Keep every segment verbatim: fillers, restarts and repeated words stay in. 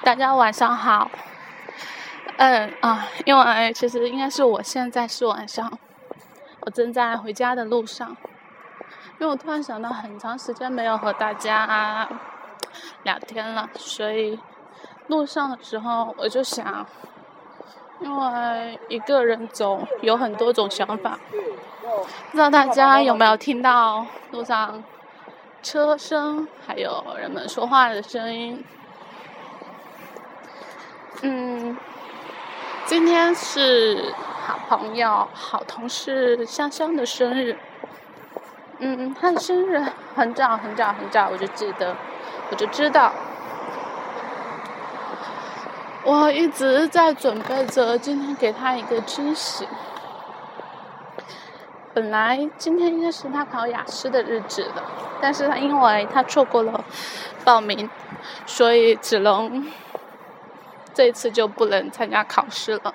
大家晚上好。嗯啊，因为其实应该是我现在是晚上，我正在回家的路上。因为我突然想到，很长时间没有和大家聊天了，所以路上的时候我就想，因为一个人走有很多种想法，不知道大家有没有听到路上车声，还有人们说话的声音。嗯，今天是好朋友、好同事香香的生日。嗯，她的生日很早很早很早我就记得，我就知道。我一直在准备着今天给她一个惊喜。本来今天应该是她考雅思的日子的，但是她因为她错过了报名，所以只能这一次就不能参加考试了。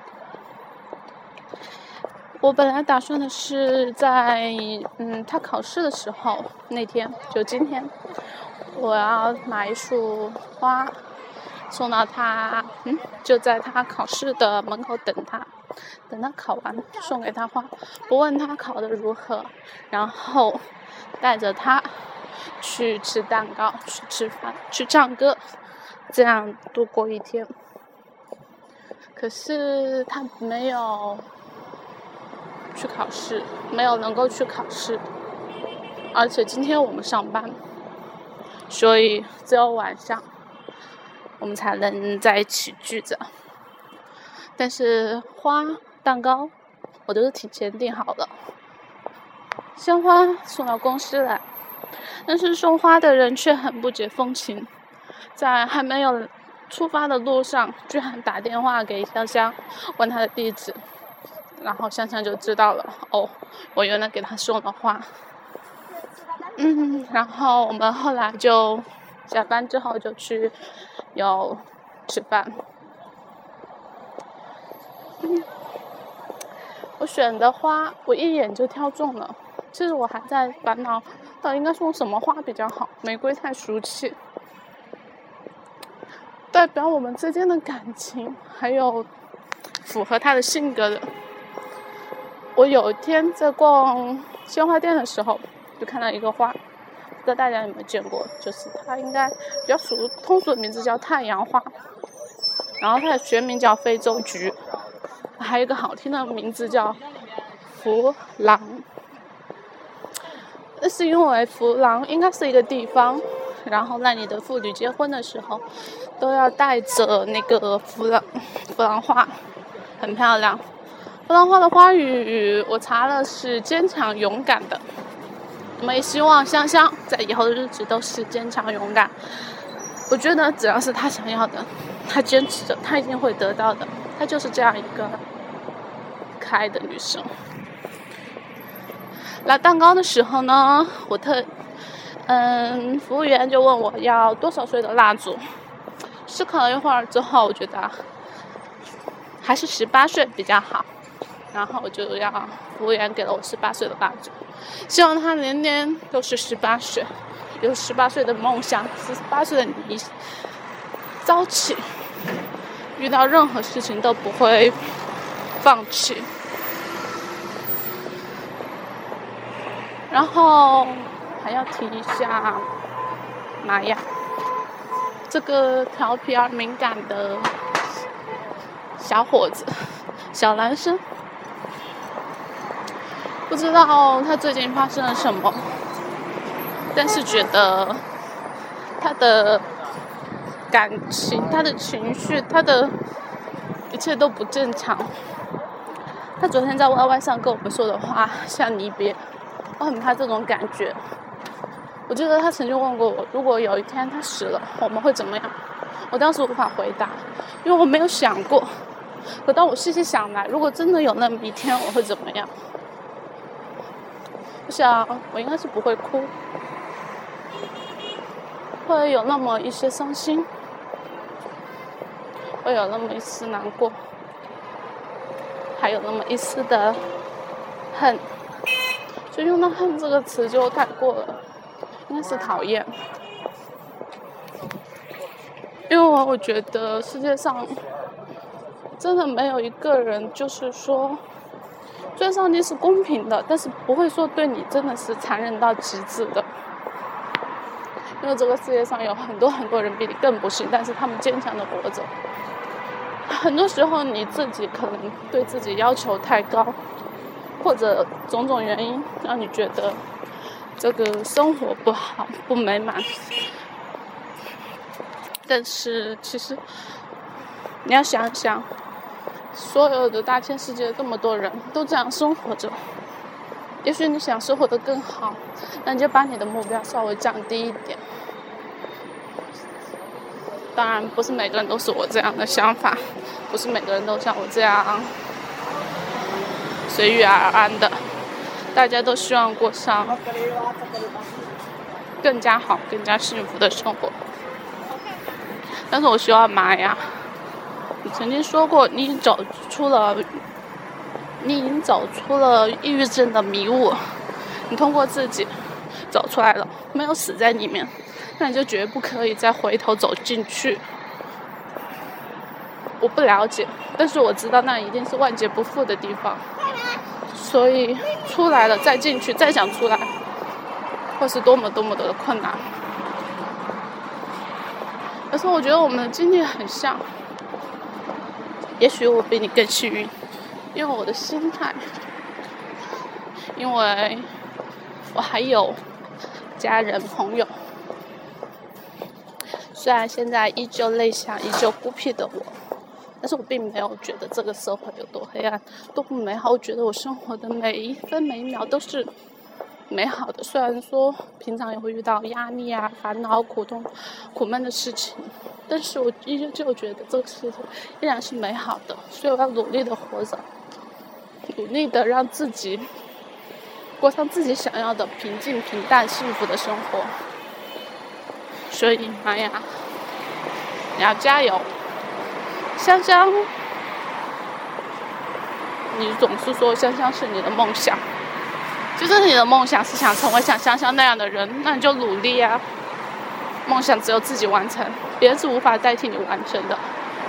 我本来打算的是在嗯他考试的时候那天，就今天，我要买一束花送到他，嗯，就在他考试的门口等他，等他考完送给他花，不问他考得如何，然后带着他去吃蛋糕、去吃饭、去唱歌，这样度过一天。可是他没有去考试，没有能够去考试，而且今天我们上班，所以只有晚上我们才能在一起聚着。但是花、蛋糕我都是提前订好了，鲜花送到公司来，但是送花的人却很不解风情，在还没有出发的路上居然打电话给香香问她的地址，然后香香就知道了，哦，我原来给她送了花。嗯，然后我们后来就下班之后就去有吃饭。嗯，我选的花我一眼就挑中了，其实我还在烦恼到底应该送什么花比较好，玫瑰太俗气，代表我们之间的感情，还有符合他的性格的。我有一天在逛鲜花店的时候，就看到一个花，不知道大家有没有见过，就是它应该比较俗通俗的名字叫太阳花，然后它的学名叫非洲菊，还有一个好听的名字叫弗朗。那是因为弗朗应该是一个地方，然后那里的妇女结婚的时候都要带着那个弗朗弗朗花，很漂亮。弗朗花的花语我查了是坚强勇敢的，我们也希望香香在以后的日子都是坚强勇敢。我觉得只要是她想要的，她坚持着，她一定会得到的。她就是这样一个可爱的女生。拿蛋糕的时候呢，我特嗯，服务员就问我要多少岁的蜡烛。思考了一会儿之后，我觉得还是十八岁比较好。然后我就要服务员给了我十八岁的蜡烛，希望他年年都是十八岁，有十八岁的梦想，十八岁的你朝气，遇到任何事情都不会放弃。然后还要提一下玛雅这个调皮而敏感的小伙子、小男生，不知道他最近发生了什么，但是觉得他的感情、他的情绪、他的一切都不正常。他昨天在 Y Y 上跟我们说的话像离别，我很怕这种感觉。我记得他曾经问过我，如果有一天他死了，我们会怎么样？我当时无法回答，因为我没有想过。可当我细细想来，如果真的有那么一天，我会怎么样？我想我应该是不会哭，会有那么一些伤心，会有那么一丝难过，还有那么一丝的恨，就用到恨这个词就太过了，应该是讨厌。 因为我觉得世界上真的没有一个人就是说，虽然上帝是公平的，但是不会说对你真的是残忍到极致的。因为这个世界上有很多很多人比你更不幸，但是他们坚强的活着。很多时候你自己可能对自己要求太高，或者种种原因让你觉得这个生活不好不美满，但是其实你要想想，所有的大千世界这么多人都这样生活着，也许你想生活得更好，那你就把你的目标稍微降低一点。当然不是每个人都是我这样的想法，不是每个人都像我这样随遇而安的，大家都希望过上更加好更加幸福的生活。但是我希望玛雅，你曾经说过你走出了你已经走出了抑郁症的迷雾，你通过自己走出来了，没有死在里面，那你就绝不可以再回头走进去。我不了解，但是我知道那一定是万劫不复的地方，所以出来了再进去，再想出来会是多么多么的困难。而且我觉得我们的经历很像，也许我比你更幸运，因为我的心态，因为我还有家人朋友，虽然现在依旧内向依旧孤僻的我，但是我并没有觉得这个社会有多黑暗多不美好。我觉得我生活的每一分每一秒都是美好的，虽然说平常也会遇到压力啊烦恼苦痛苦闷的事情，但是我依旧觉得这个世界依然是美好的，所以我要努力的活着，努力的让自己过上自己想要的平静平淡幸福的生活。所以玛雅，你要加油。香香，你总是说香香是你的梦想，就是你的梦想是想成为像香香那样的人，那你就努力啊。梦想只有自己完成，别人是无法代替你完成的。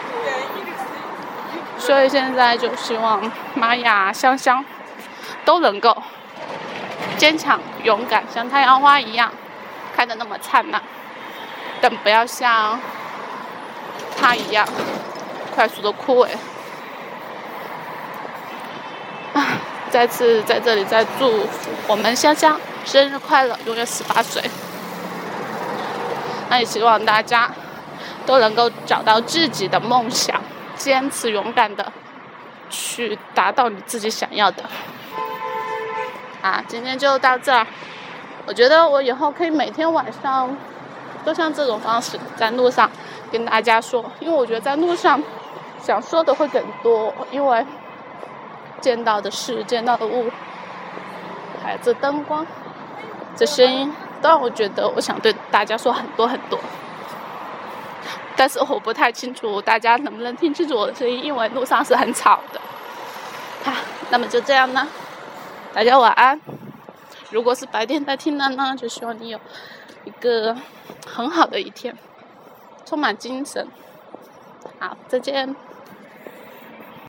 所以现在就希望玛雅、香香都能够坚强勇敢，像太阳花一样开得那么灿烂，但不要像它一样快速的枯萎。啊，再次在这里再祝我们香香生日快乐，永远十八岁。那也希望大家都能够找到自己的梦想，坚持勇敢的去达到你自己想要的。啊，今天就到这儿。我觉得我以后可以每天晚上都像这种方式在路上跟大家说，因为我觉得在路上想说的会更多，因为见到的事见到的物还有这灯光这声音都让我觉得我想对大家说很多很多，但是我不太清楚大家能不能听清楚我的声音，因为路上是很吵的。好，那么就这样呢，大家晚安。如果是白天在听的呢，就希望你有一个很好的一天，充满精神。好，再见。